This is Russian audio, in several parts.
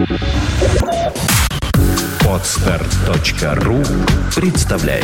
Podster.ru представляет.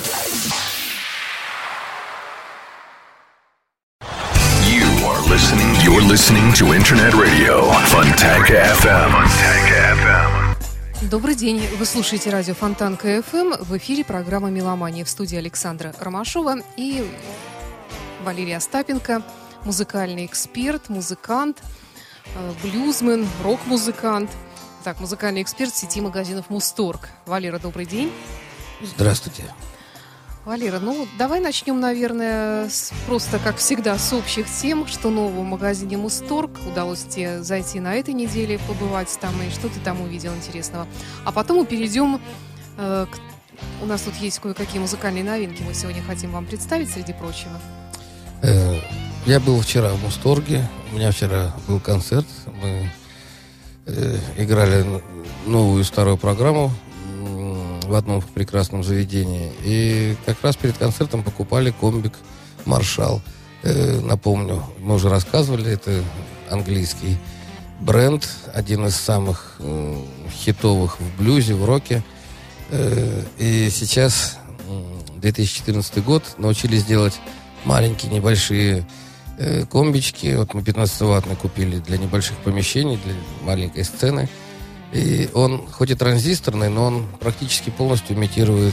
You're listening to Internet Radio Fontanka FM. Добрый день. Вы слушаете радио Фонтанка FM. В эфире программа «Меломания». В студии Александра Ромашова и Валерий Остапенко, музыкальный эксперт, музыкант, блюзмен, рок-музыкант. Так, музыкальный эксперт сети магазинов «Мусторг». Валера, добрый день. Здравствуйте. Валера, давай начнем, наверное, просто, как всегда, с общих тем, что нового в магазине «Мусторг». Удалось тебе зайти на этой неделе, побывать там, и что ты там увидел интересного. А потом мы перейдем у нас тут есть кое-какие музыкальные новинки, мы сегодня хотим вам представить, среди прочего. Я был вчера в «Мусторге», у меня вчера был концерт, мы играли новую старую программу в одном прекрасном заведении. И как раз перед концертом покупали комбик «Маршал». Напомню, мы уже рассказывали, это английский бренд, один из самых хитовых в блюзе, в роке. И сейчас, 2014 год, научились делать маленькие, небольшие комбички. Вот мы 15-ваттный купили для небольших помещений, для маленькой сцены. И он, хоть и транзисторный, но он практически полностью имитирует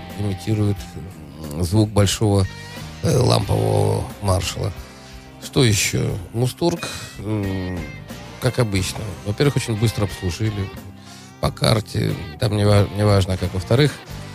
звук большого лампового Маршалла. Что еще? «Мусторг», как обычно. Во-первых, очень быстро обслужили по карте. Там не важно как. Во-вторых,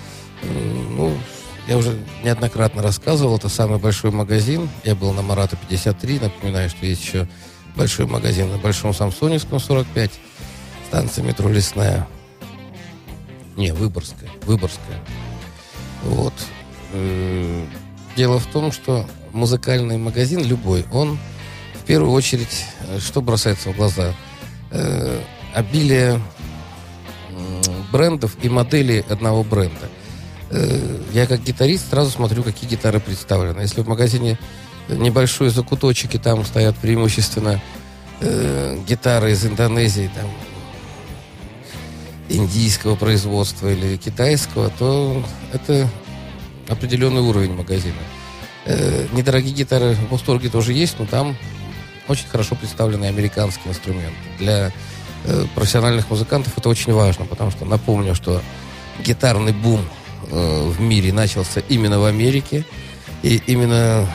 я уже неоднократно рассказывал, это самый большой магазин. Я был на Марата 53. Напоминаю, что есть еще большой магазин на Большом Самсоневском 45. Станция метро Лесная. Выборгская. Вот. Дело в том, что музыкальный магазин любой, он в первую очередь, что бросается в глаза? Обилие брендов и моделей одного бренда. Я как гитарист сразу смотрю, какие гитары представлены. Если в магазине небольшой закуточек, и там стоят преимущественно гитары из Индонезии, там, индийского производства или китайского, то это определенный уровень магазина. Недорогие гитары в «Мусторге» тоже есть, но там очень хорошо представлены американские инструменты. Для профессиональных музыкантов это очень важно, потому что напомню, что гитарный бум в мире начался именно в Америке, и именно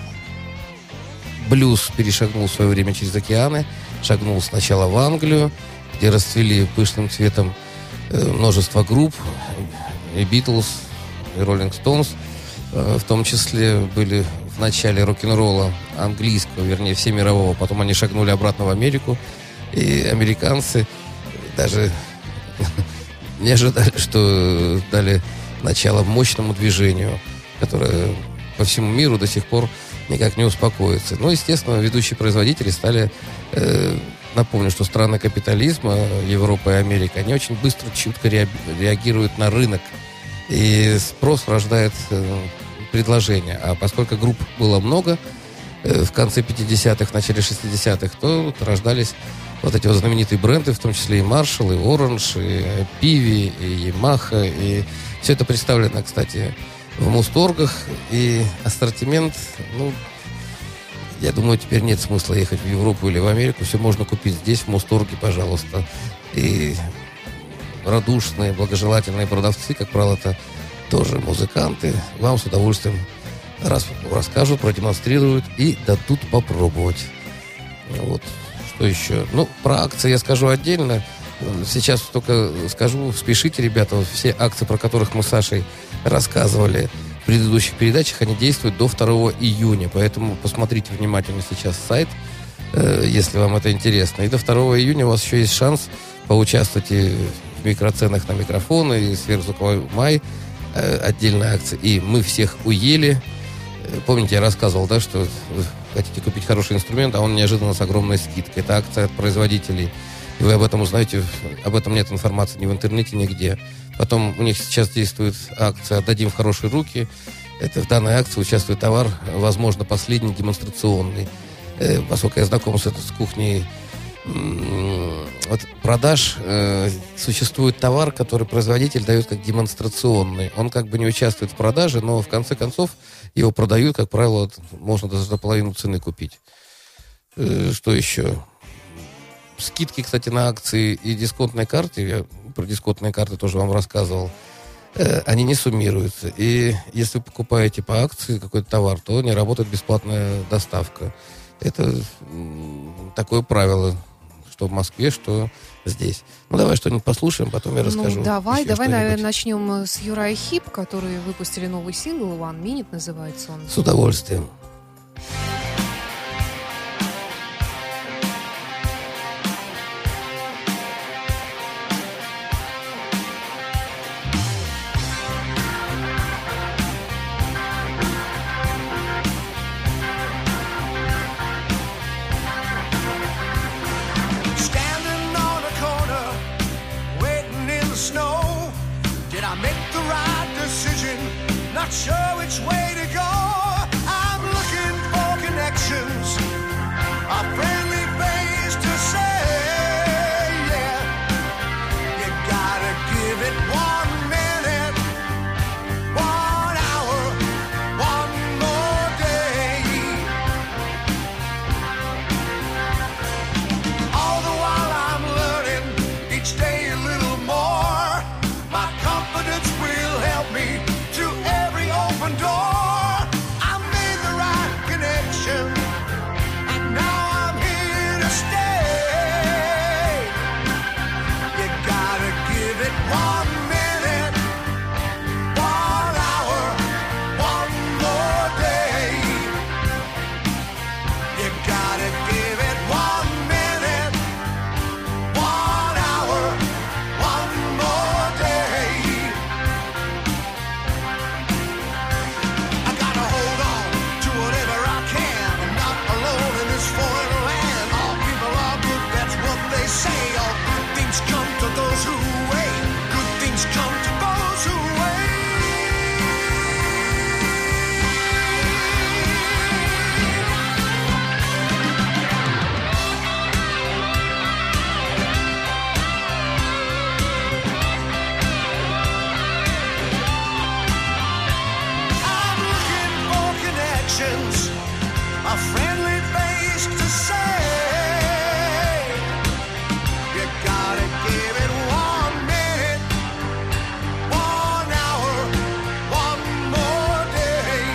блюз перешагнул в свое время через океаны, шагнул сначала в Англию, где расцвели пышным цветом множество групп, и «Битлз», и «Роллинг Стоунс», в том числе были в начале рок-н-ролла английского, вернее, всемирового, потом они шагнули обратно в Америку, и американцы даже не ожидали, что дали начало мощному движению, которое по всему миру до сих пор никак не успокоится. Естественно, ведущие производители стали... Напомню, что страны капитализма, Европа и Америка, они очень быстро, чутко реагируют на рынок. И спрос рождает предложение. А поскольку групп было много в конце 50-х, в начале 60-х, то рождались вот эти вот знаменитые бренды, в том числе и Marshall, и Orange, и Pivi, и Yamaha. И все это представлено, кстати, в «Мусторгах». И ассортимент, я думаю, теперь нет смысла ехать в Европу или в Америку. Все можно купить здесь, в «Мусторге», пожалуйста. И радушные, благожелательные продавцы, как правило, это тоже музыканты, вам с удовольствием расскажут, продемонстрируют и дадут попробовать. Вот. Что еще? Про акции я скажу отдельно. Сейчас только скажу, спешите, ребята. Вот все акции, про которых мы с Сашей рассказывали в предыдущих передачах, они действуют до 2 июня. Поэтому посмотрите внимательно сейчас сайт, если вам это интересно. И до 2 июня у вас еще есть шанс поучаствовать и в микроценах на микрофоны, и сверхзвуковой май, отдельная акция. И «Мы всех уели». Помните, я рассказывал, да, что вы хотите купить хороший инструмент, а он неожиданно с огромной скидкой. Это акция от производителей. И вы об этом узнаете, об этом нет информации ни в интернете, нигде. Потом у них сейчас действует акция «Отдадим в хорошие руки». Это в данной акции участвует товар, возможно, последний демонстрационный. Поскольку я знаком с кухней вот продаж существует товар, который производитель дает как демонстрационный. Он как бы не участвует в продаже, но в конце концов его продают, как правило, можно даже за половину цены купить. Что еще? Скидки, кстати, на акции и дисконтные карты, я про дисконтные карты тоже вам рассказывал, они не суммируются. И если вы покупаете по акции какой-то товар, то не работает бесплатная доставка. Это такое правило, что в Москве, что здесь. Ну, давай что-нибудь послушаем, потом я расскажу. Ну, давай, наверное, начнем с Uriah Heep, которые выпустили новый сингл, One Minute называется он. С удовольствием. Not sure which way to go. I'm looking for connections, a friendly face to say, yeah. You gotta give it 1 minute, 1 hour, 1 more day. All the while I'm learning each day a little more. My confidence will help me to every open door. I made the right connection, and now I'm here to stay. You gotta give it 1 minute, 1 hour, 1 more day. You gotta give it 1 minute, 1 hour, 1 more day. Say all good things come to those who wait. Good things come to those who I'm looking for connections, a friendly face to say. Gotta give it 1 minute, 1 hour, 1 more day.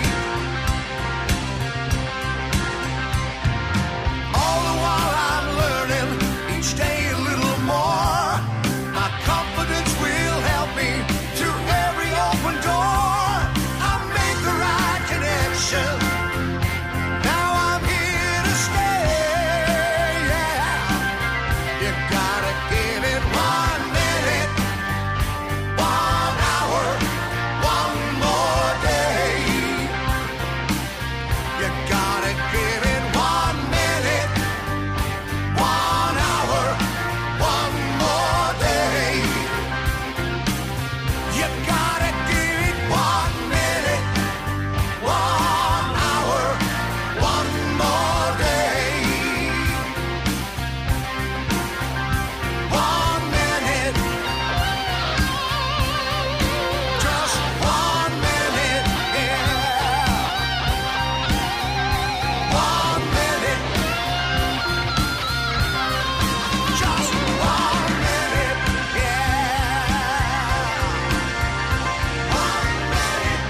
All the while I'm learning each day a little more. My confidence will help me to every open door. I made the right connection. Now I'm here to stay. Yeah. You gotta give it 1 minute, 1 hour, 1 more day. You gotta give it 1 minute, 1 hour, 1 more day. You gotta give it 1 minute, 1 hour, 1 more day. 1 minute, just 1 minute, yeah. 1 minute, just 1 minute, yeah. 1 minute,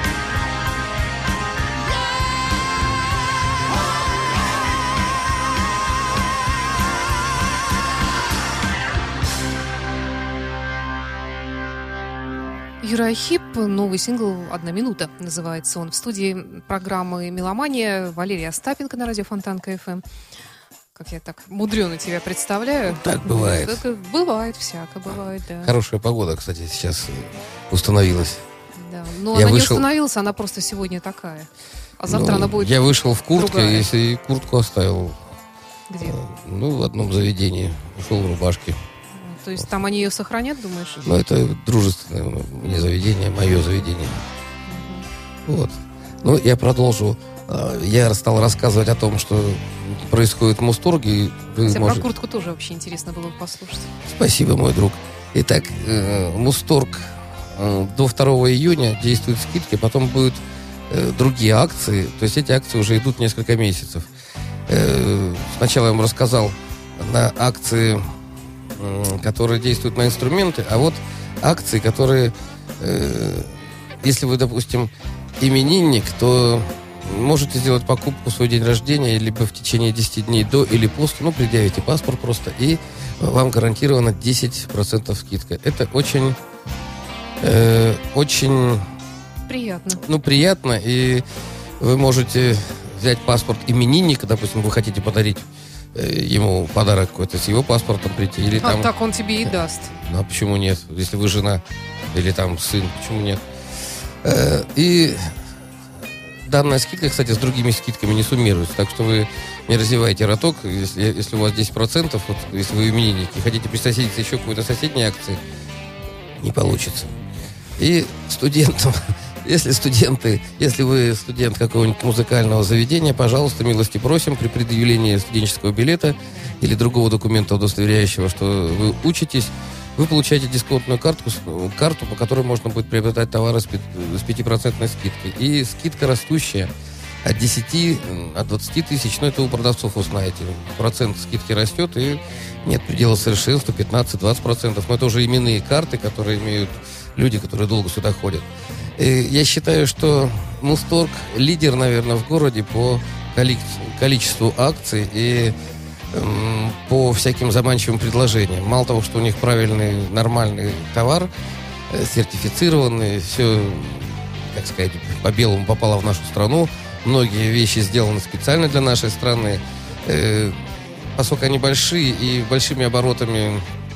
Uriah Heep, новый сингл «1 минута» называется он. В студии программы «Меломания» Валерия Остапенко на радио Фонтанка ФМ. Как я так мудрено тебя представляю. Так бывает. Это бывает, всяко бывает, да. Хорошая погода, кстати, сейчас установилась. Да. Но Я она не вышел- установилась, она просто сегодня такая. А завтра Ну, она будет Я вышел в куртке, другая. и куртку оставил. где? Ну, в одном заведении. Ушел в рубашке. То есть там они ее сохранят, думаешь? Но это дружественное мне заведение, мое заведение. Вот. Ну, я продолжу. Я стал рассказывать о том, что происходит в Мусторге. И вы Хотя можете... про куртку тоже вообще интересно было бы послушать. Спасибо, мой друг. Итак, Мусторг до 2 июня действуют скидки, потом будут другие акции. То есть эти акции уже идут несколько месяцев. Сначала я вам рассказал на акции, которые действуют на инструменты, а вот акции, которые, если вы, допустим, именинник, то можете сделать покупку в свой день рождения либо в течение 10 дней до или после, предъявите паспорт просто, и вам гарантировано 10% скидка. Это очень Приятно. Приятно, и вы можете взять паспорт именинника, допустим, вы хотите подарить ему подарок какой-то, с его паспортом прийти, или там... так он тебе и даст. Ну, а почему нет? Если вы жена или там сын, почему нет? И данная скидка, кстати, с другими скидками не суммируется, так что вы не развивайте роток, если у вас 10%, вот, если вы именинник и хотите присоединиться еще к какой-то соседней акции, не получится. И студентам, если вы студент какого-нибудь музыкального заведения, пожалуйста, милости просим, при предъявлении студенческого билета или другого документа, удостоверяющего, что вы учитесь, вы получаете дисконтную карту, по которой можно будет приобретать товары с 5% скидкой. И скидка растущая от 10, от 20 тысяч, это у продавцов, вы знаете, процент скидки растет, и нет предела совершенства, 15-20%. Но это уже именные карты, которые имеют люди, которые долго сюда ходят. И я считаю, что Мусторг лидер, наверное, в городе по количеству акций и по всяким заманчивым предложениям. Мало того, что у них правильный, нормальный товар, сертифицированный, все, так сказать, по белому попало в нашу страну. Многие вещи сделаны специально для нашей страны. Поскольку они большие и большими оборотами,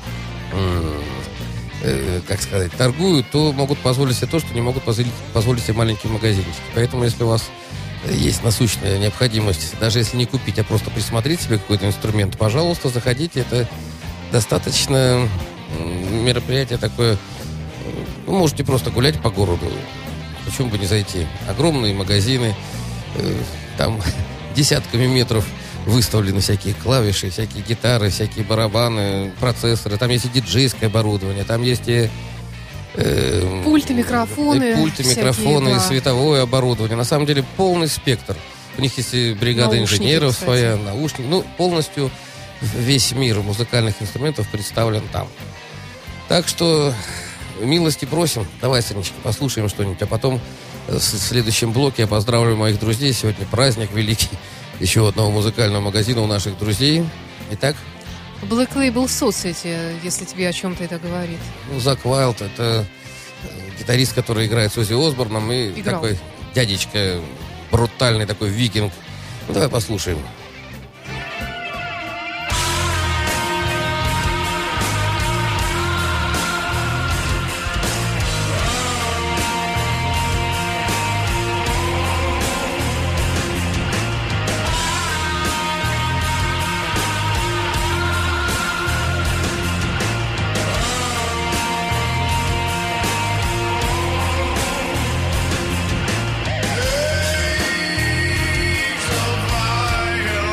торгуют, то могут позволить себе то, что не могут позволить себе маленькие магазинчики. Поэтому, если у вас есть насущная необходимость, даже если не купить, а просто присмотреть себе какой-то инструмент, пожалуйста, заходите. Это достаточно мероприятие такое. Вы можете просто гулять по городу. Почему бы не зайти? Огромные магазины, там десятками метров выставлены всякие клавиши, всякие гитары, всякие барабаны, процессоры. Там есть и диджейское оборудование, там есть и пульты, микрофоны. И световое оборудование. На самом деле полный спектр. У них есть и бригада инженеров, кстати, своя, наушники. Полностью весь мир музыкальных инструментов представлен там. Так что милости просим. Давай, Санечка, послушаем что-нибудь. А потом в следующем блоке я поздравлю моих друзей. Сегодня праздник великий. Еще одного музыкального магазина у наших друзей. Итак, Black Label Society, если тебе о чем-то это говорит. Зак Уайлд — это гитарист, который играет с Оззи Осборном, и такой дядечка, брутальный такой викинг. Давай послушаем. Fire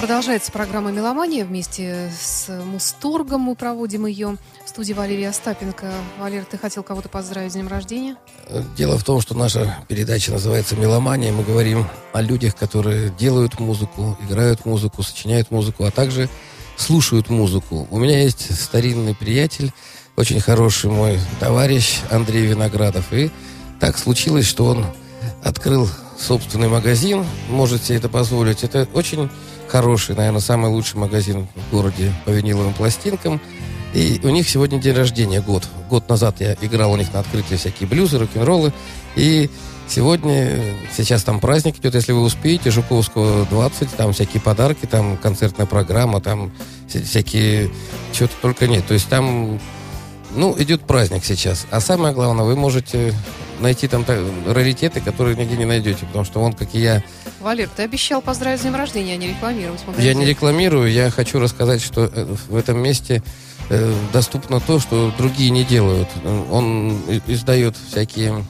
Продолжается программа «Меломания». Вместе с Мусторгом мы проводим ее. В студии Валерия Остапенко. Валер, ты хотел кого-то поздравить с днем рождения? Дело в том, что наша передача называется «Меломания». Мы говорим о людях, которые делают музыку, играют музыку, сочиняют музыку, а также слушают музыку. У меня есть старинный приятель, очень хороший мой товарищ Андрей Виноградов. И так случилось, что он открыл собственный магазин, может себе это позволить. Это очень хороший, наверное, самый лучший магазин в городе по виниловым пластинкам. И у них сегодня день рождения, год. Год назад я играл у них на открытии всякие блюзы, рок-н-роллы. И сейчас там праздник идет, если вы успеете, Жуковского 20, там всякие подарки, там концертная программа, там всякие, чего-то только нет. То есть там, идет праздник сейчас. А самое главное, вы можете найти там раритеты, которые нигде не найдете, потому что он, как и я... Валер, ты обещал поздравить с днем рождения, а не рекламировать магазин. Я не рекламирую, я хочу рассказать, что в этом месте доступно то, что другие не делают. Он издает всякие...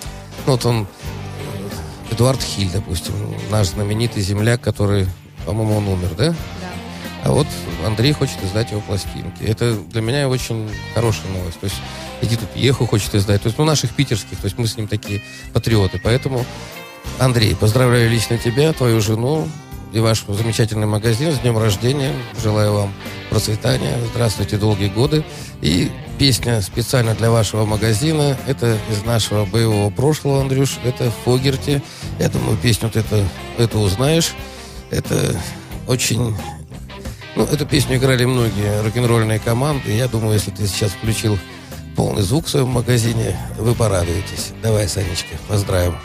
Эдуард Хиль, допустим, наш знаменитый земляк, который, по-моему, он умер, да? Да. А вот Андрей хочет издать его пластинки. Это для меня очень хорошая новость. То есть Эдиту Пьеху хочет издать. То есть, наших питерских. То есть мы с ним такие патриоты. Поэтому, Андрей, поздравляю лично тебя, твою жену и ваш замечательный магазин с днем рождения. Желаю вам процветания. Здравствуйте долгие годы. И песня специально для вашего магазина. Это из нашего боевого прошлого, Андрюш. Это Фогерти. Я думаю, песню это узнаешь. Это очень... эту песню играли многие рок-н-ролльные команды. Я думаю, если ты сейчас включил полный звук в своем магазине, вы порадуетесь. Давай, Санечка, поздравим.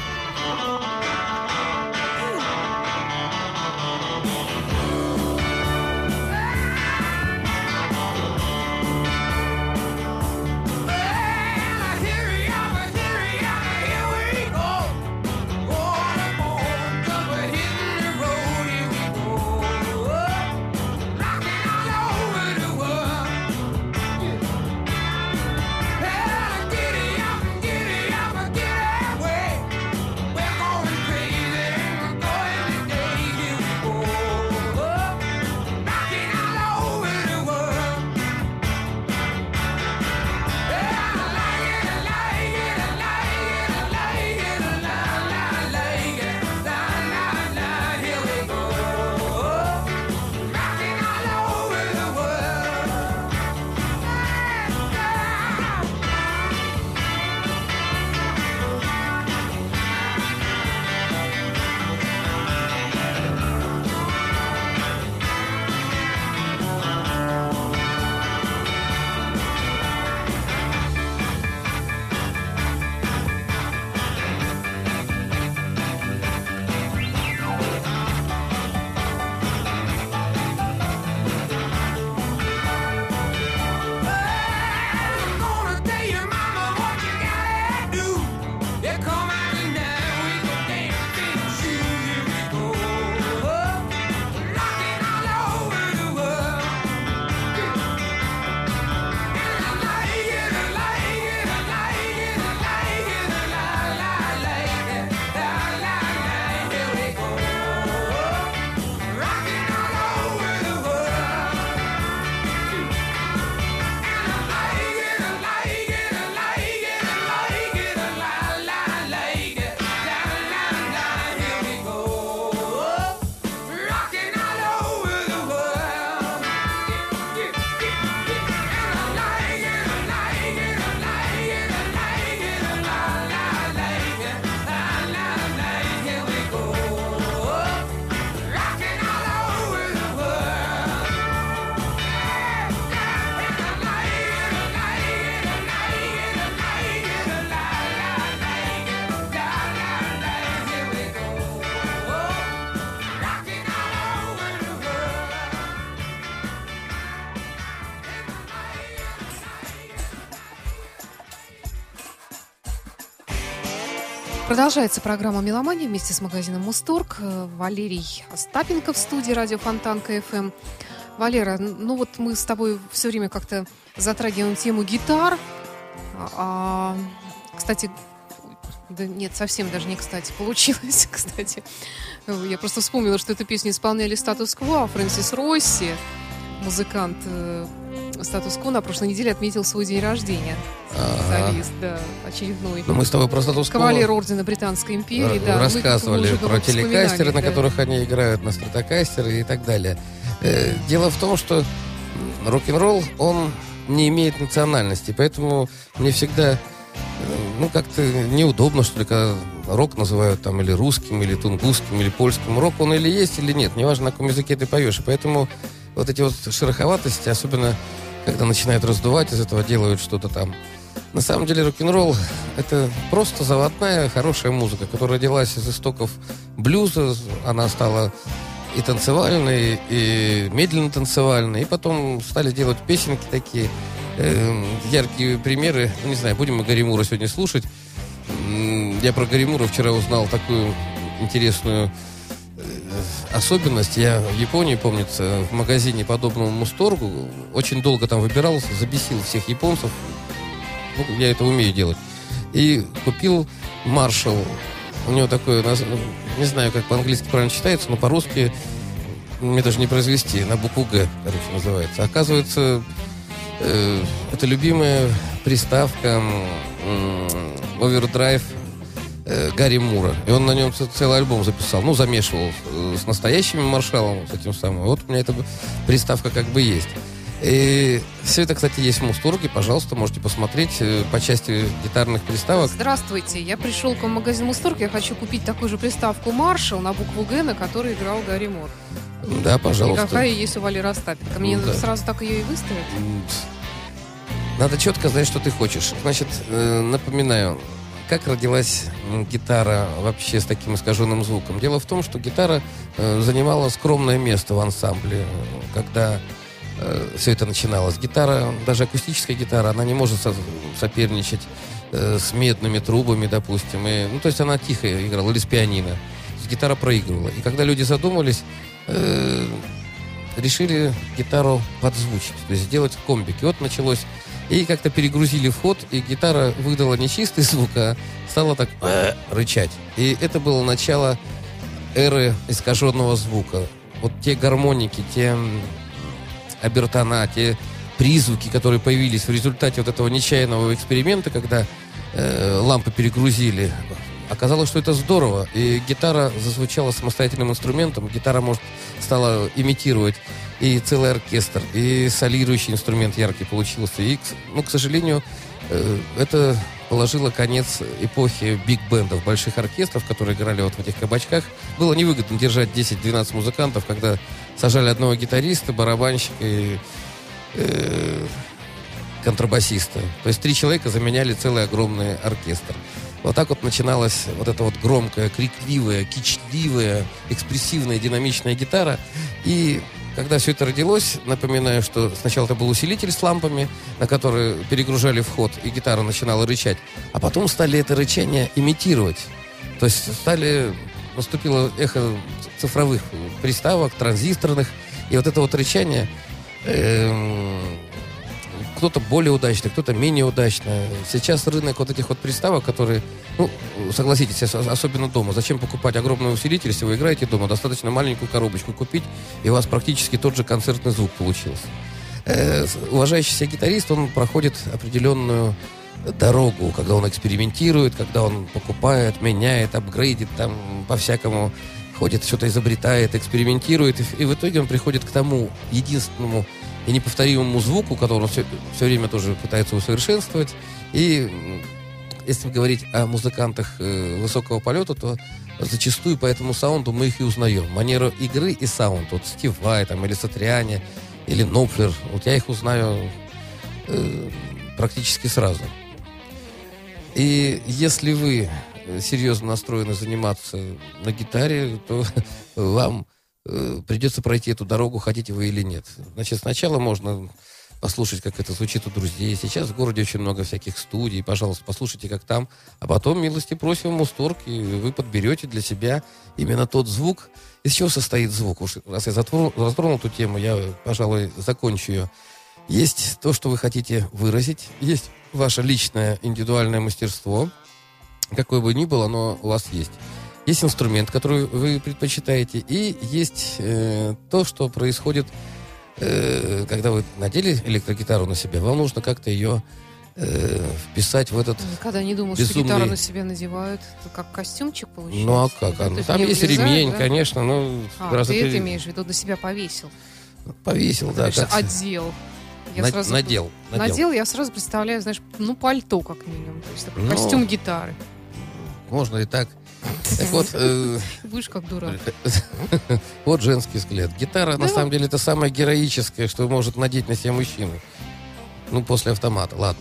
Продолжается программа «Меломания» вместе с магазином «Мусторг». Валерий Остапенко в студии радио Фонтанка ФМ. Валера, мы с тобой все время как-то затрагиваем тему гитар. Кстати, Да нет, совсем даже не кстати получилось, кстати. Я просто вспомнила, что эту песню исполняли «Статус-кво», Фрэнсис Росси, музыкант «Статус-кво», на прошлой неделе отметил свой день рождения. Солист, да, очередной. Но мы с тобой про «Статус-кво» Кавалер ордена Британской империи, да. рассказывали мы про телекастеры, на да. которых они играют, на стратокастеры и так далее. Дело в том, что рок-н-ролл, он не имеет национальности, поэтому мне всегда, как-то неудобно, что ли, когда рок называют там или русским, или тунгусским, или польским. Рок он или есть, или нет, неважно, на каком языке ты поешь. И поэтому вот эти вот шероховатости, особенно когда начинают раздувать, из этого делают что-то там. На самом деле рок-н-ролл — это просто заводная, хорошая музыка, которая родилась из истоков блюза. Она стала и танцевальной, и медленно танцевальной. И потом стали делать песенки такие. Яркие примеры. Не знаю, будем мы Гарри Мура сегодня слушать. Я про Гарри Мура вчера узнал такую интересную особенность. Я в Японии, помнится, в магазине подобному Мусторгу очень долго там выбирался, забесил всех японцев. Я это умею делать. И купил Marshall. У него такое, не знаю, как по-английски правильно читается, но по-русски мне даже не произвести. На букву «Г», называется. Оказывается, это любимая приставка Overdrive Гарри Мура. И он на нем целый альбом записал. Замешивал с настоящими маршалом, с этим самым. Вот у меня эта приставка как бы есть. И все это, кстати, есть в Мусторге. Пожалуйста, можете посмотреть по части гитарных приставок. Здравствуйте, я пришел к вам в магазин Мусторг. Я хочу купить такую же приставку Marshall на букву «Г», на которой играл Гарри Мур. Да, пожалуйста. И какая есть у Валеры Остапенко. Мне сразу так ее и выставят? Надо четко знать, что ты хочешь. Значит, напоминаю, как родилась гитара вообще с таким искаженным звуком. Дело в том, что гитара занимала скромное место в ансамбле, когда все это начиналось. Гитара, даже акустическая гитара, она не может соперничать с медными трубами, допустим. То есть она тихо играла, или с пианино. Гитара проигрывала. И когда люди задумались, решили гитару подзвучить, то есть сделать комбик. И вот началось. И как-то перегрузили вход, и гитара выдала не чистый звук, а стала так рычать. И это было начало эры искаженного звука. Вот те гармоники, те обертона, те призвуки, которые появились в результате вот этого нечаянного эксперимента, когда лампы перегрузили, оказалось, что это здорово. И гитара зазвучала самостоятельным инструментом. Гитара, стала имитировать и целый оркестр, и солирующий инструмент яркий получился. И, к сожалению, это положило конец эпохи биг-бендов, больших оркестров, которые играли вот в этих кабачках. Было невыгодно держать 10-12 музыкантов, когда сажали одного гитариста, барабанщика и контрабасиста. То есть 3 человека заменяли целый огромный оркестр. Вот так вот начиналась вот эта вот громкая, крикливая, кичливая, экспрессивная, динамичная гитара. И когда все это родилось, напоминаю, что сначала это был усилитель с лампами, на которые перегружали вход, и гитара начинала рычать. А потом стали это рычание имитировать. То есть наступило эхо цифровых приставок, транзисторных. И вот это вот рычание... кто-то более удачно, кто-то менее удачно. Сейчас рынок вот этих вот приставок, которые, согласитесь, особенно дома. Зачем покупать огромный усилитель, если вы играете дома? Достаточно маленькую коробочку купить, и у вас практически тот же концертный звук получился. Уважающий себя гитарист, он проходит определенную дорогу, когда он экспериментирует, когда он покупает, меняет, апгрейдит, там по-всякому ходит, что-то изобретает, экспериментирует, и в итоге он приходит к тому единственному и неповторимому звуку, который он все время тоже пытается усовершенствовать. И если говорить о музыкантах высокого полета, то зачастую по этому саунду мы их и узнаем. Манеру игры и саунд. Вот Стив Vai, или Сатриани, или Knopfler. Вот я их узнаю практически сразу. И если вы серьезно настроены заниматься на гитаре, то вам придется пройти эту дорогу, хотите вы или нет. Значит, сначала можно послушать, как это звучит у друзей. Сейчас в городе очень много всяких студий. Пожалуйста, послушайте, как там. А потом, милости просим, в Мусторг, и вы подберете для себя именно тот звук. Из чего состоит звук? Уж раз я затронул эту тему, я, пожалуй, закончу ее. Есть то, что вы хотите выразить. Есть ваше личное индивидуальное мастерство. какое бы ни было, оно у вас есть. Есть инструмент, который вы предпочитаете, и есть то, что происходит, когда вы надели электрогитару на себя. Вам нужно как-то ее вписать в этот Никогда не думал, безумный... что гитару на себя надевают. Это как костюмчик получается. Ну, а как? То есть Там не есть влезает, ремень, да? конечно. Ну, Ты это имеешь в виду, на себя повесил. повесил, да. Конечно, как- одел. Надел. Надел, я сразу представляю, знаешь, пальто как минимум. То есть такой Ну, костюм гитары. Можно и так. Так вот, Будешь как дурак. вот женский взгляд. Гитара, на самом деле, это самое героическое, что может надеть на себя мужчина. Ну, после автомата, ладно.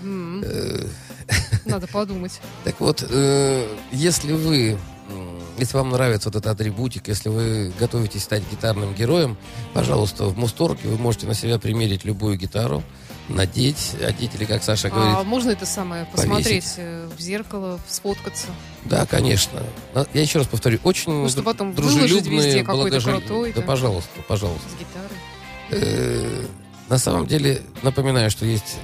Надо подумать. Так вот, если вам нравится вот эта атрибутика, если вы готовитесь стать гитарным героем, пожалуйста, в Мусторге вы можете на себя примерить любую гитару, надеть, одеть, или, как Саша говорит, А можно это самое посмотреть в зеркало, сфоткаться? да, конечно. Я еще раз повторю, очень Ну, что потом выложить дружелюбные, везде какой-то благожелательные. крутой, Да, да. пожалуйста. С гитарой? На самом деле, напоминаю, что есть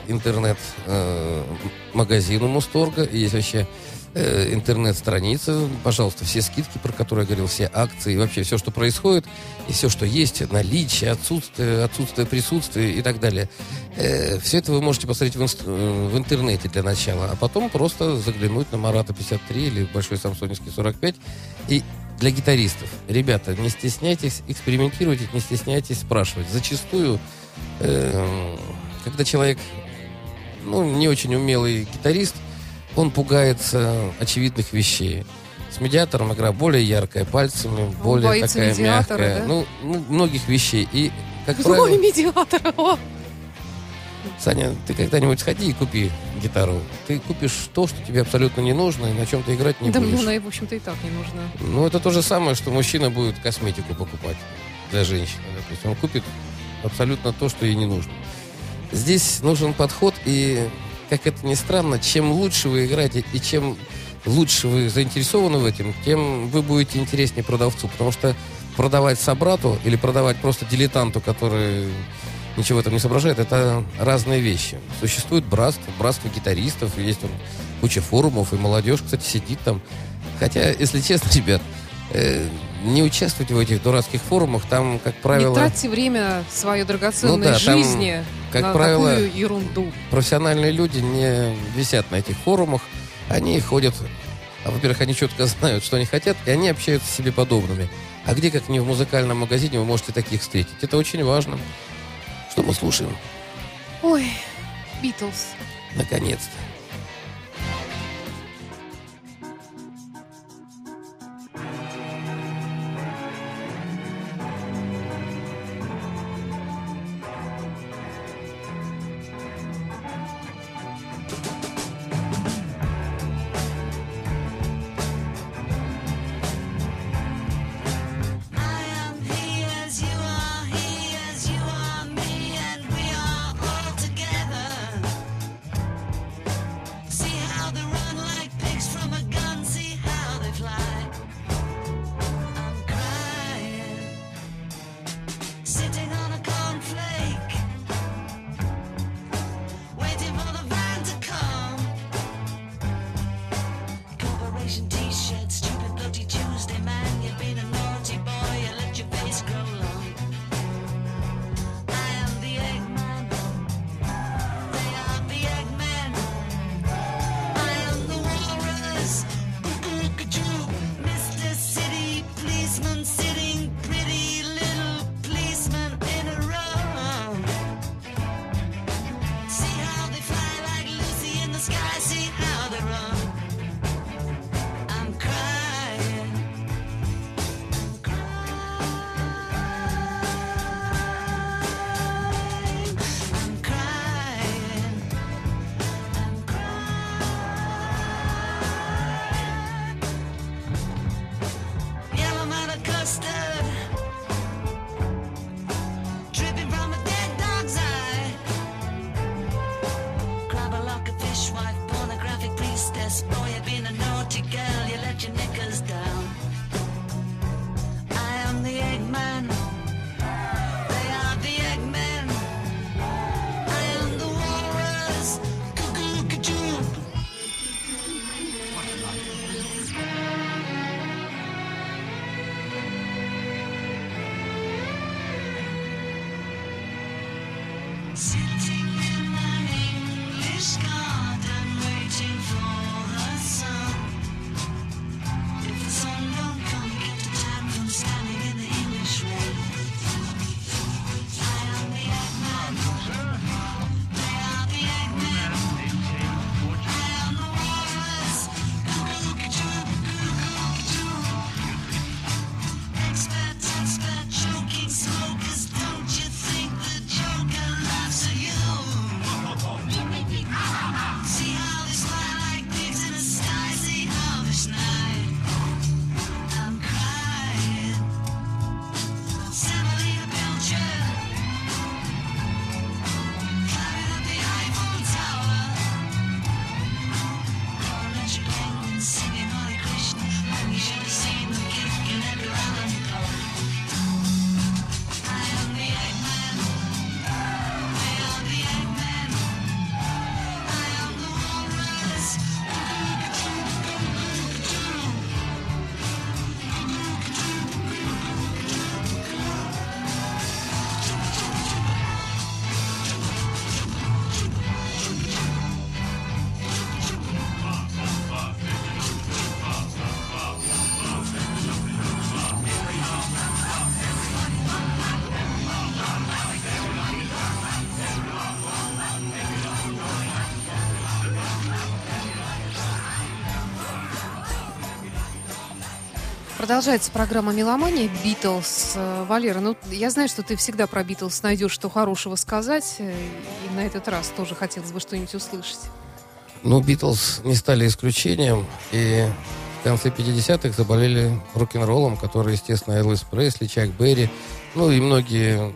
интернет-магазин у Мусторга, и есть вообще интернет-страница. Пожалуйста, все скидки, про которые я говорил, все акции, и вообще все, что происходит, и все, что есть, наличие, отсутствие присутствия и так далее. Все это вы можете посмотреть в интернете для начала, а потом просто заглянуть на Марата 53 или Большой Самсоневский 45. И для гитаристов, ребята, не стесняйтесь экспериментировать, не стесняйтесь спрашивать. Зачастую, когда человек, не очень умелый гитарист, он пугается очевидных вещей. С медиатором игра более яркая, пальцами более боится такая медиатора, мягкая. да? Многих вещей. И, как Ой, правило, медиатор! О! Саня, ты когда-нибудь сходи и купи гитару. Ты купишь то, что тебе абсолютно не нужно, и на чем ты играть не Да будешь. мне она, в общем-то, и так не нужна. Это то же самое, что мужчина будет косметику покупать для женщины. То есть он купит абсолютно то, что ей не нужно. Здесь нужен подход, и, как это ни странно, чем лучше вы играете, и чем лучше вы заинтересованы в этом, тем вы будете интереснее продавцу. Потому что продавать собрату или продавать просто дилетанту, который ничего в этом не соображает, это разные вещи. Существует братство гитаристов, есть куча форумов, и молодежь, кстати, сидит там. Хотя, если честно, ребят, не участвуйте в этих дурацких форумах, там, как правило... Не тратьте время своей драгоценной там, жизни как на правило, такую ерунду. Профессиональные люди не висят на этих форумах, они ходят... во-первых, они четко знают, что они хотят, и они общаются с себе подобными. А где, как не в музыкальном магазине, вы можете таких встретить? Это очень важно. Что мы слушаем? Ой, Битлз. Наконец-то. Sitting on a cornflake, waiting for the van to come. Corporation t-shirt, stupid bloody Tuesday, man. You've been a naughty boy, you let your face grow long. I am the Eggman, they are the Eggmen. I am the walrus, Mr. City Policeman sitting pretty little policeman in a row. See how they fly like Lucy in the sky, see how they run. I'm crying, I'm crying, I'm crying, I'm crying. Yellow man of custard, dripping from a dead dog's eye. Grab a lock of fishwife, pornographic priestess. Boy, you've been a naughty girl, you let your knickers down. I am the Eggman, they are the Eggmen. I am the walrus, cuckoo-ca-choo. Продолжается программа «Меломания», «Битлз». Валера, ну, я знаю, что ты всегда про «Битлз» найдешь что хорошего сказать, и на этот раз тоже хотелось бы что-нибудь услышать. Ну, «Битлз» не стали исключением, и в конце 50-х заболели рок-н-роллом, который, естественно, Элвис Пресли, Чак Берри, ну и многие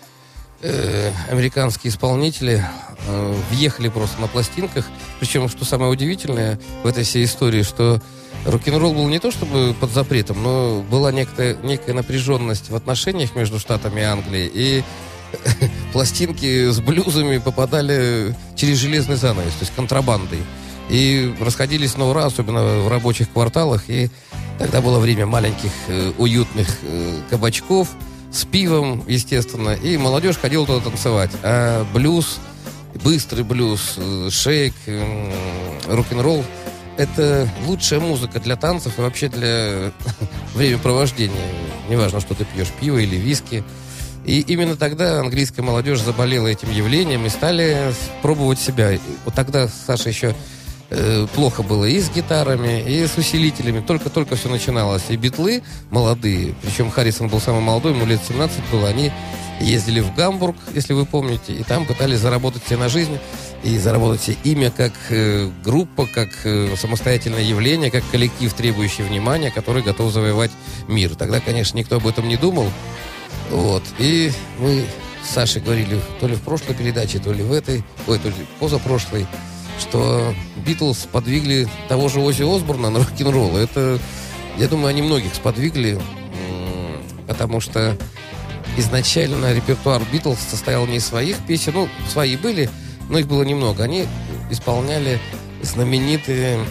американские исполнители въехали просто на пластинках. Причем, что самое удивительное в этой всей истории, что рок-н-ролл был не то чтобы под запретом, но была некая напряженность в отношениях между Штатами и Англией, и пластинки с блюзами попадали через железный занавес, то есть контрабандой. И расходились на ура, особенно в рабочих кварталах. И тогда было время маленьких уютных кабачков с пивом, естественно. И молодежь ходила туда танцевать. А блюз, быстрый блюз, шейк, рок-н-ролл — это лучшая музыка для танцев и вообще для времяпровождения. Неважно, что ты пьешь, пиво или виски. И именно тогда английская молодежь заболела этим явлением и стали пробовать себя. Вот тогда, Саша, еще плохо было и с гитарами, и с усилителями. Только-только все начиналось. И битлы молодые, причем Харрисон был самый молодой, ему лет 17 было, они ездили в Гамбург, если вы помните, и там пытались заработать себе на жизнь и заработать себе имя как группа, как самостоятельное явление, как коллектив, требующий внимания, который готов завоевать мир. Тогда, конечно, никто об этом не думал. Вот. И мы с Сашей говорили то ли в прошлой передаче, то ли в этой, то ли позапрошлой, что Битлз сподвигли того же Оззи Осборна на рок-н-ролл. Это, я думаю, они многих сподвигли, потому что изначально репертуар Битлз состоял не из своих песен, ну, свои были, но их было немного. Они исполняли знаменитые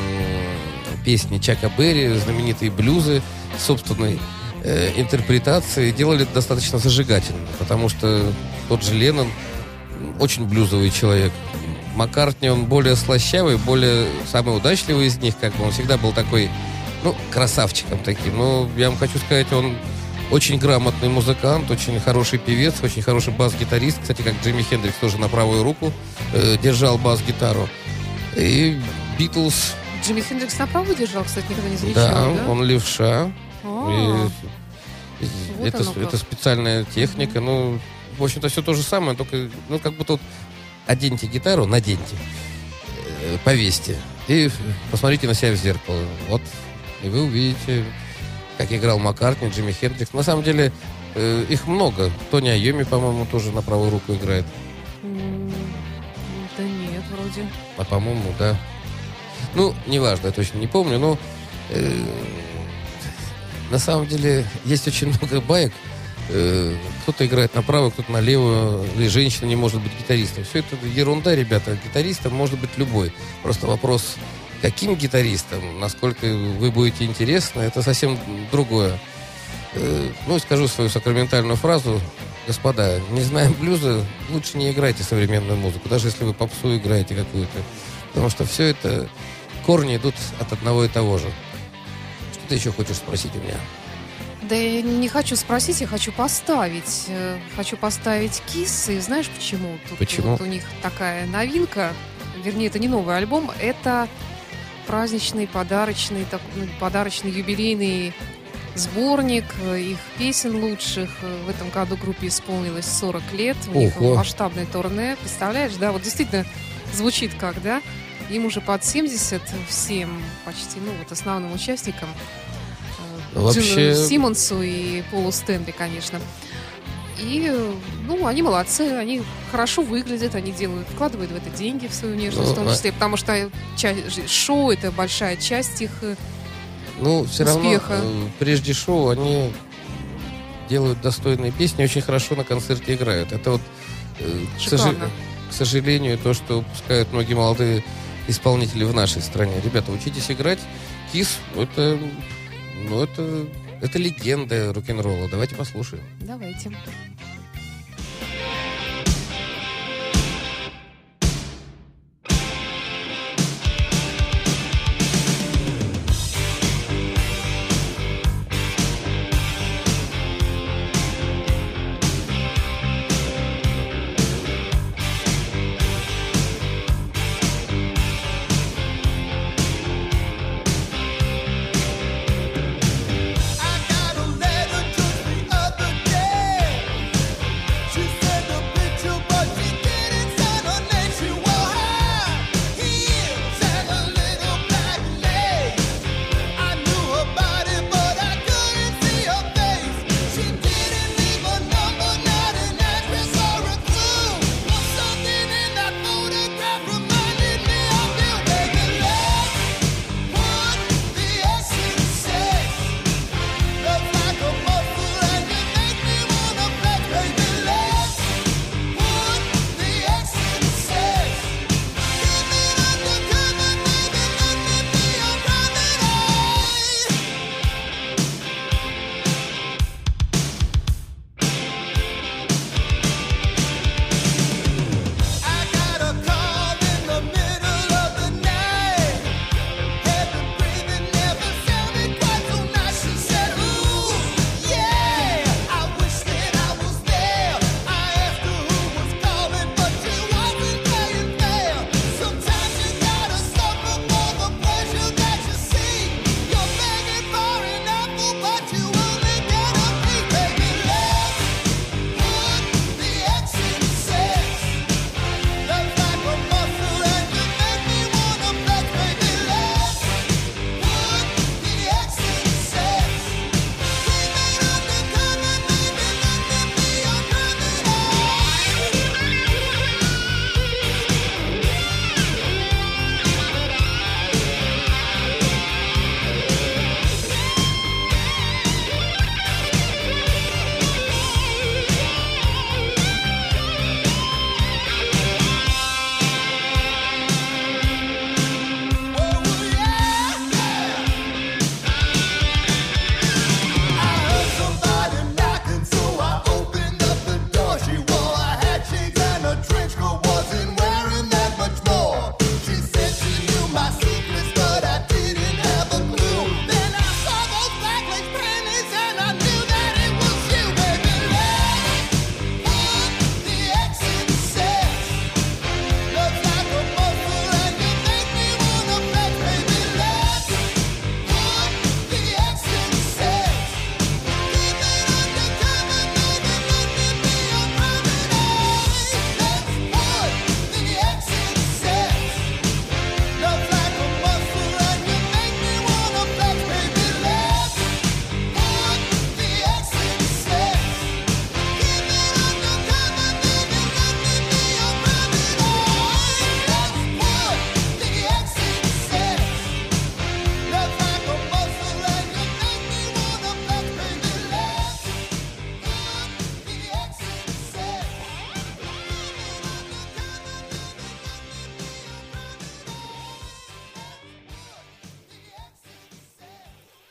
песни Чака Берри, знаменитые блюзы собственной интерпретации, делали это достаточно зажигательно, потому что тот же Леннон очень блюзовый человек. Маккартни, он более слащавый, более самый удачливый из них, как бы он всегда был такой, ну, красавчиком таким. Но я вам хочу сказать, он очень грамотный музыкант, очень хороший певец, очень хороший бас-гитарист. Кстати, как Джимми Хендрикс тоже на правую руку держал бас-гитару. И Битлз... Джимми Хендрикс на правую держал, кстати, никогда не замечал, да? Он левша. Вот Это специальная техника. Ну, в общем-то, все то же самое, только, ну, как будто вот оденьте гитару, наденьте, повесьте и посмотрите на себя в зеркало. Вот, и вы увидите, как играл Маккартни, Джимми Хендрикс. На самом деле, их много. Тони Айоми, по-моему, тоже на правую руку играет. Да нет, вроде. А, по-моему, да. Ну, неважно, я точно не помню, но на самом деле есть очень много баек. Кто-то играет на правую, кто-то на левую, или женщина не может быть гитаристом. Все это ерунда, ребята. Гитаристом может быть любой. Просто вопрос, каким гитаристом, насколько вы будете интересны, это совсем другое. Ну, скажу свою сакраментальную фразу. Господа, не зная блюза, лучше не играйте современную музыку, даже если вы попсу играете какую-то. Потому что все это, корни идут от одного и того же. Что ты еще хочешь спросить у меня? Да я не хочу спросить, я хочу поставить. Хочу поставить Kiss. И знаешь почему? Тут Почему? Вот у них такая новинка. Вернее, это не новый альбом, это праздничный, подарочный юбилейный сборник их песен лучших. В этом году группе исполнилось 40 лет. У них масштабное турне. Представляешь, да? Вот действительно звучит как, да? Им уже под 70 всем почти, ну вот основным участникам. Вообще... Симмонсу и Полу Стэнли, конечно. И, ну, они молодцы, они хорошо выглядят, они вкладывают в это деньги, в свою внешность, в том числе, потому что шоу — это большая часть их все успеха. Равно, прежде шоу, они делают достойные песни, очень хорошо на концерте играют. Это вот, к сожалению, то, что упускают многие молодые исполнители в нашей стране. Ребята, учитесь играть. Kiss — это легенда рок-н-ролла. Давайте послушаем. Давайте.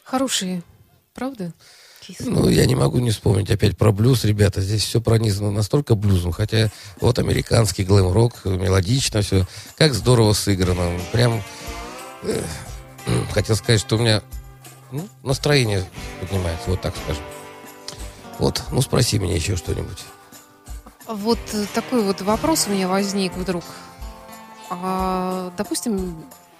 Хорошие, правда? Ну, я не могу не вспомнить опять про блюз, ребята. Здесь все пронизано настолько блюзом, хотя вот американский глэм-рок, мелодично все. Как здорово сыграно. Прям хотел сказать, что у меня настроение поднимается, вот так скажем. Вот, ну спроси меня еще что-нибудь. Вот такой вот вопрос у меня возник вдруг. Допустим,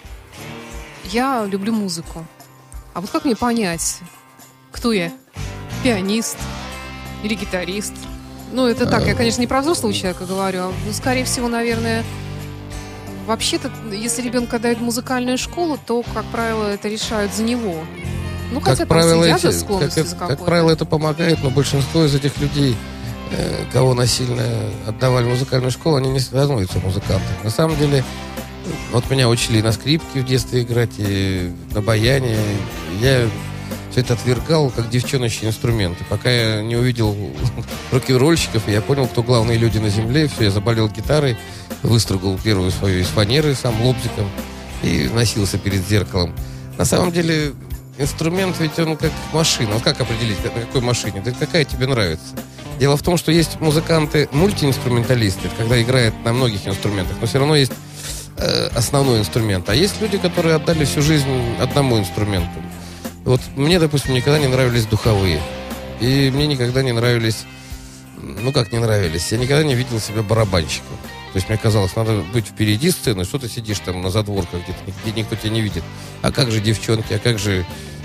я люблю музыку. А вот как мне понять, кто я? Пианист или гитарист? Ну, это так, я, конечно, не про взрослого человека говорю, а, скорее всего, наверное, вообще-то, если ребенка дают в музыкальную школу, то, как правило, это решают за него. Ну, хотя Как правило, там следят за склонностью за как какой-то. правило, это помогает, но большинство из этих людей, кого насильно отдавали в музыкальную школу, они не становятся музыкантами. На самом деле, вот меня учили на скрипке в детстве играть, и на баяне. Я все это отвергал, как девчоночьи инструменты. Пока я не увидел рок-н-ролльщиков, я понял, кто главные люди на земле. Все, я заболел гитарой, выстругал первую свою из фанеры сам лобзиком и носился перед зеркалом. На самом деле, инструмент ведь он как машина. Вот как определить, на какой машине? Да какая тебе нравится? Дело в том, что есть музыканты-мультиинструменталисты, это когда играют на многих инструментах, но все равно есть основной инструмент. А есть люди, которые отдали всю жизнь одному инструменту. Вот мне, допустим, никогда не нравились духовые. И мне никогда не нравились... Ну, как не нравились? Я никогда не видел себя барабанщиком. То есть мне казалось, надо быть впереди сцены, что ты сидишь там на задворках, где никто тебя не видит. А как же девчонки, а как же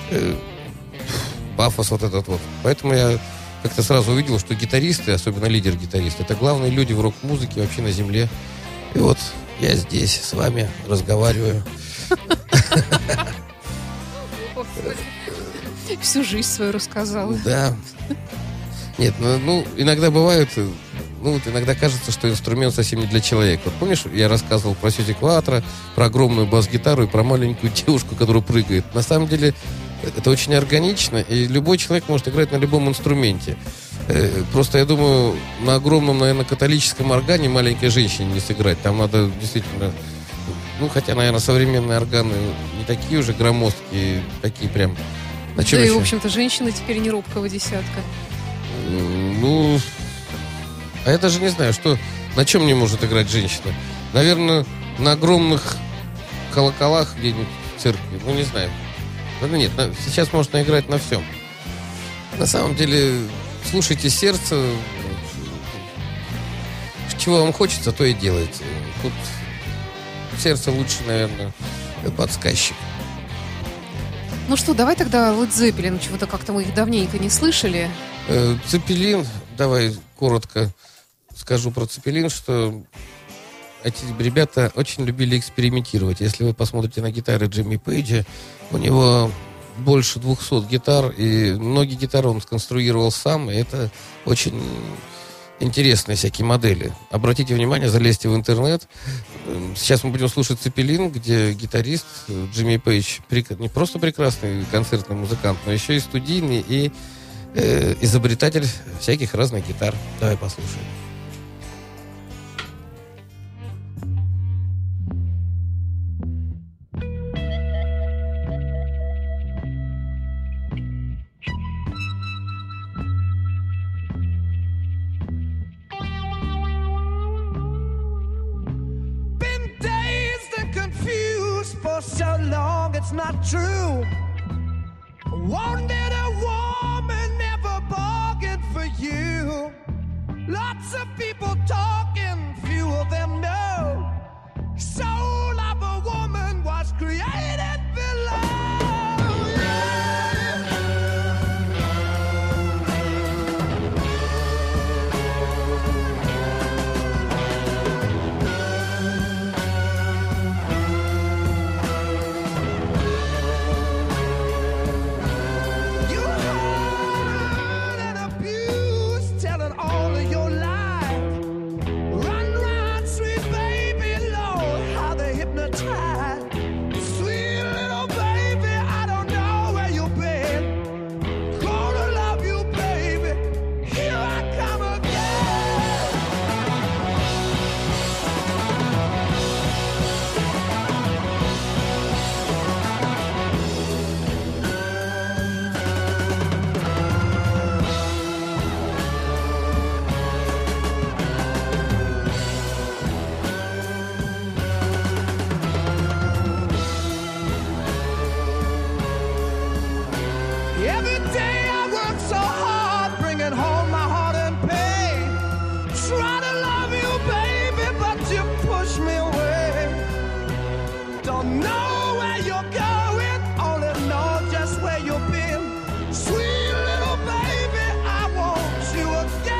пафос вот этот вот. Поэтому я как-то сразу увидел, что гитаристы, особенно лидер-гитарист, это главные люди в рок-музыке вообще на земле. И вот я здесь с вами разговариваю. Всю жизнь свою рассказала. Да. Нет, ну, иногда бывает, иногда кажется, что инструмент совсем не для человека. Вот помнишь, я рассказывал про Сьюзи Кватро, про огромную бас-гитару и про маленькую девушку, которая прыгает. На самом деле, это очень органично, и любой человек может играть на любом инструменте. Просто, я думаю, на огромном, наверное, католическом органе маленькой женщине не сыграть. Там надо действительно... Ну, хотя, наверное, современные органы не такие уже громоздкие, такие прям... Да и, в общем-то, женщина теперь не робкого десятка. Ну, а я даже не знаю, что, на чем не может играть женщина. Наверное, на огромных колоколах где-нибудь в церкви. Ну, не знаю. Ну, нет, сейчас можно играть на всем. На самом деле, слушайте сердце. Чего вам хочется, то и делайте. Тут сердце лучше, наверное, подсказчик. Ну что, давай тогда Led Zeppelin. Чего-то как-то мы их давненько не слышали. Цепелин, давай коротко скажу про Цепелин, что эти ребята очень любили экспериментировать. Если вы посмотрите на гитары Джимми Пейджа, у него больше 200 гитар, и многие гитары он сконструировал сам, и это очень интересные всякие модели. Обратите внимание, залезьте в интернет. Сейчас мы будем слушать Цепелин, где гитарист Джимми Пейдж не просто прекрасный концертный музыкант, но еще и студийный, и изобретатель всяких разных гитар. Давай послушаем. Been dazed and confused for so long, it's not true. Wanted a woman, never bargained for you. Lots of people talking, few of them know. Soul of a woman was created below. You hurt and abused, telling all of your lies. Don't know where you're going, only know just where you've been. Sweet little baby, I want you again.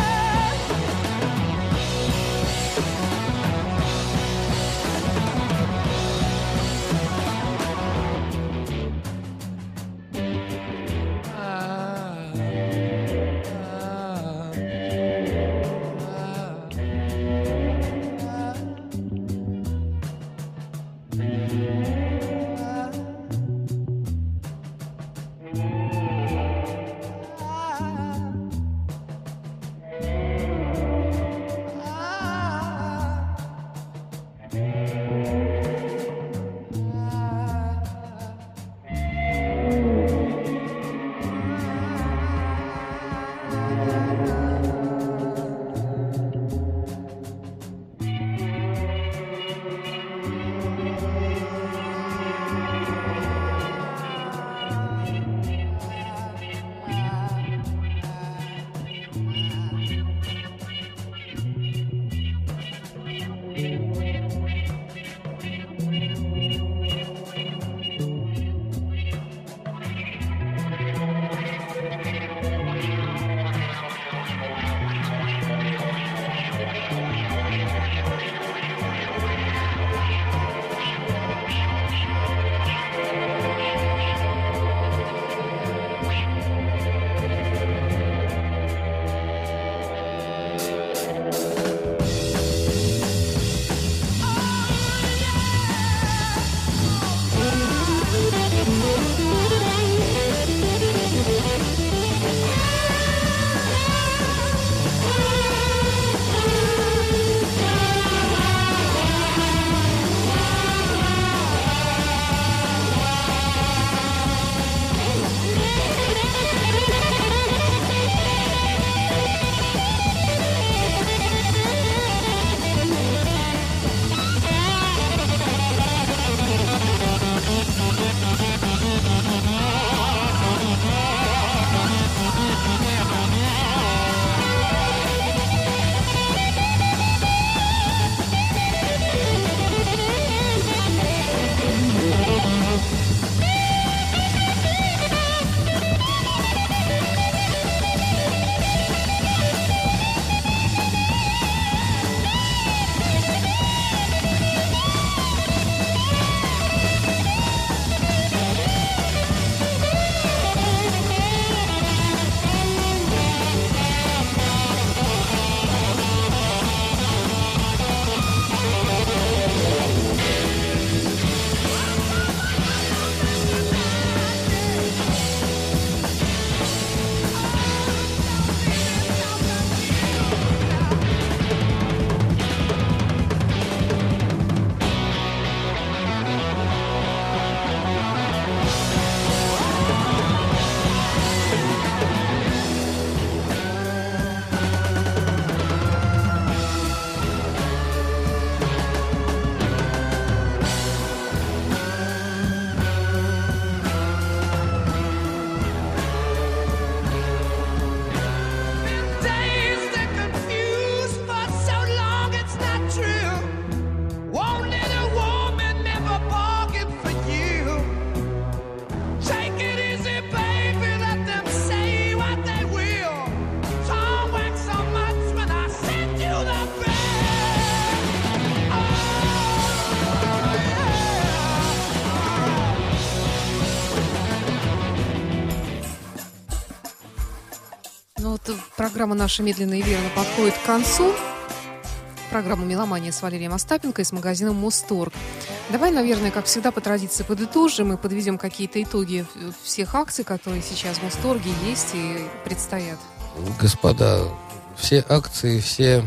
Программа наша медленно и верно подходит к концу. Программа «Меломания» с Валерием Остапенко и с магазином «Мусторг». Давай, наверное, как всегда, по традиции подытожим и подведем какие-то итоги всех акций, которые сейчас в Мусторге есть и предстоят. Господа, все акции, все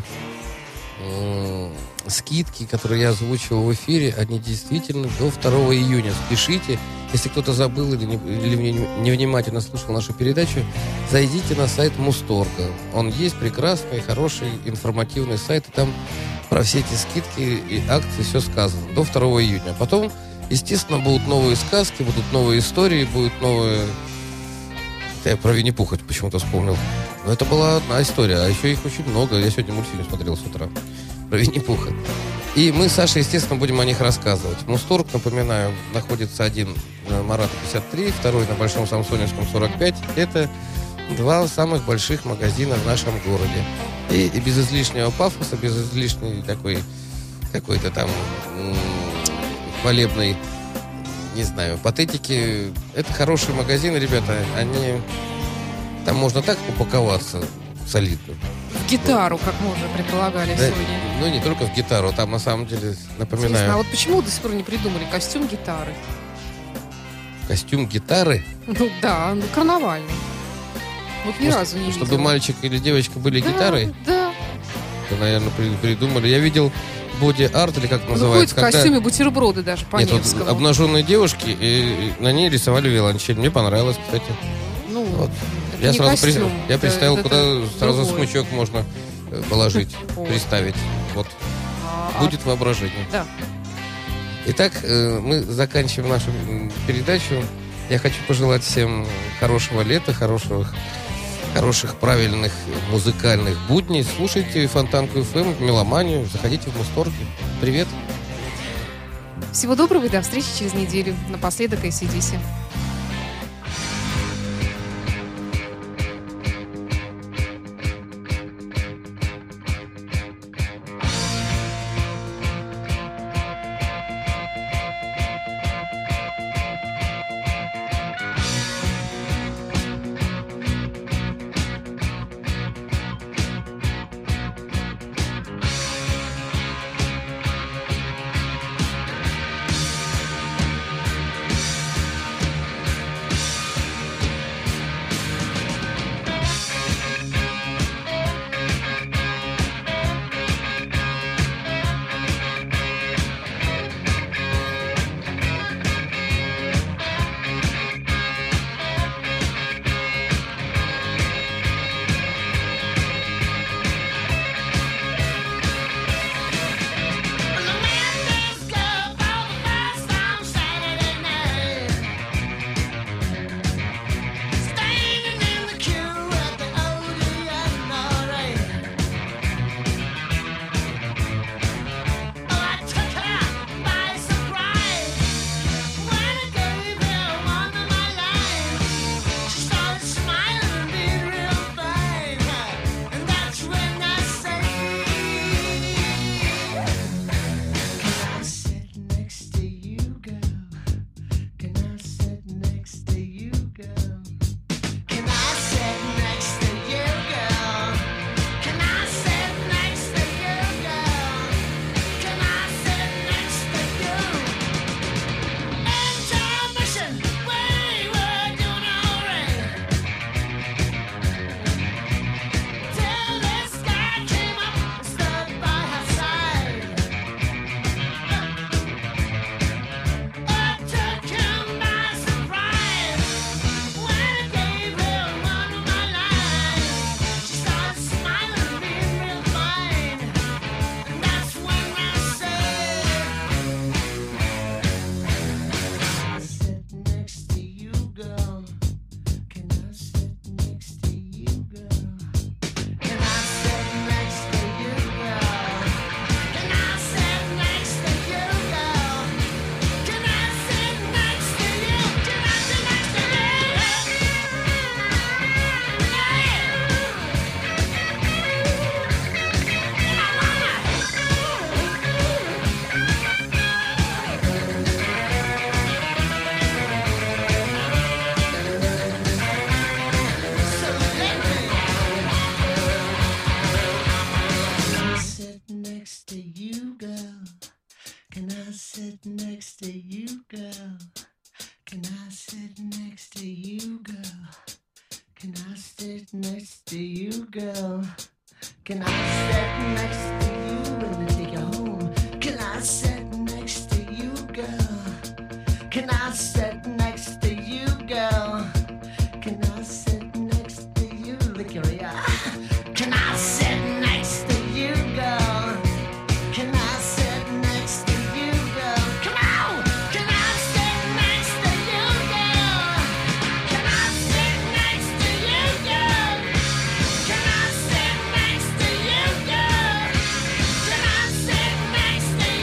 скидки, которые я озвучивал в эфире, они действительно до 2 июня. Спешите. Если кто-то забыл или невнимательно слушал нашу передачу, зайдите на сайт Мусторга. Он есть прекрасный, хороший, информативный сайт. И там про все эти скидки и акции все сказано. До 2 июня. Потом, естественно, будут новые сказки, будут новые истории, будут новые... Я про Винни-Пуха почему-то вспомнил. Но это была одна история, а еще их очень много. Я сегодня мультфильм смотрел с утра про Винни-Пуха. И мы с Сашей, естественно, будем о них рассказывать. Мусторг, напоминаю, находится один на Марата 53, второй на Большом Самсоневском 45. Это два самых больших магазина в нашем городе. И без излишнего пафоса, без излишней такой какой-то там хвалебной, не знаю, патетики. Это хорошие магазины, ребята. Они... Там можно так упаковаться солидно. В гитару, как мы уже предполагали Да, сегодня. ну, не только в гитару. Там, на самом деле, Интересно, напоминаю, а вот почему до сих пор не придумали костюм гитары? костюм гитары. Ну да, ну карнавальный. Вот ни Может, разу не чтобы видела. мальчик или девочка были Да, гитарой. Да. Это, наверное, придумали. Я видел боди-арт, или как это Ну, ходит называется. в костюме бутерброды даже по Нет, вот Невскому. обнаженные девушки, и на ней рисовали виолончель. Мне понравилось, кстати. Ну, Вот. это Я не сразу костюм, я это- представил, это куда сразу другое. смычок можно положить, Вот. приставить. Вот. А, Будет воображение. Да. Итак, мы заканчиваем нашу передачу. Я хочу пожелать всем хорошего лета, хороших, правильных музыкальных будней. Слушайте Фонтанку FM, Меломанию, заходите в Мусторг. Привет. Всего доброго и до встречи через неделю. Напоследок AC/DC. Can I sit next to you, girl? Can I sit next to you and then take you home? Can I sit next to you, girl? Can I sit next to you, girl? Can I sit next to you, lick your ear? Can I sit next to you, girl? Can I sit next to you, girl? Come on! Can I sit next to you, girl? Can I sit next to you, girl? Can I sit next to you, girl? Can I sit next to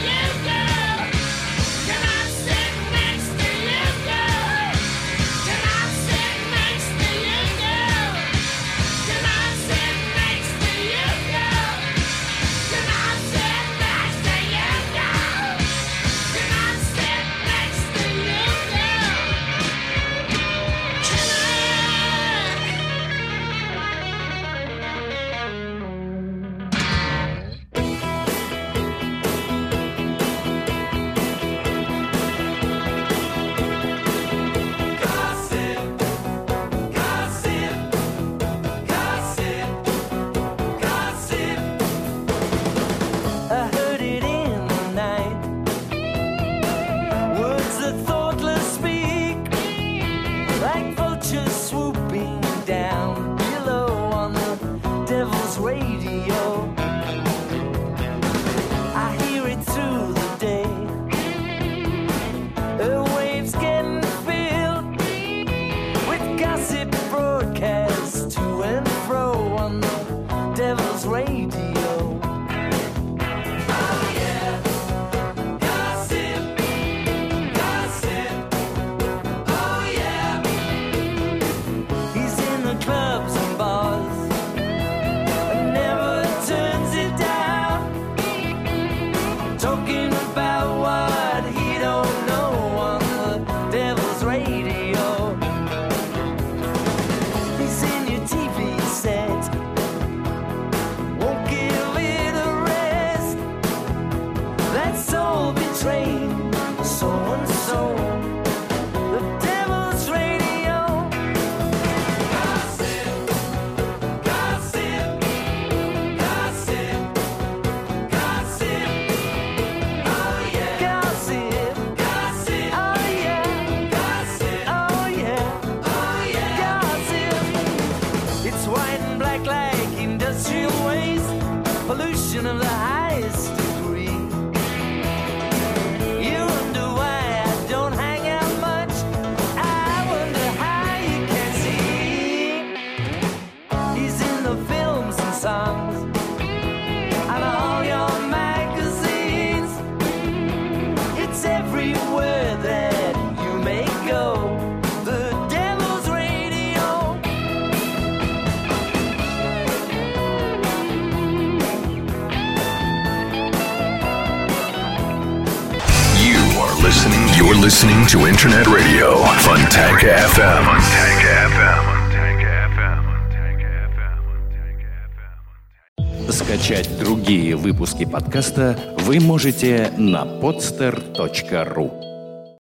listening to Internet Radio, Funtank FM. Funtank FM. Скачать другие выпуски подкаста вы можете на podster.ru.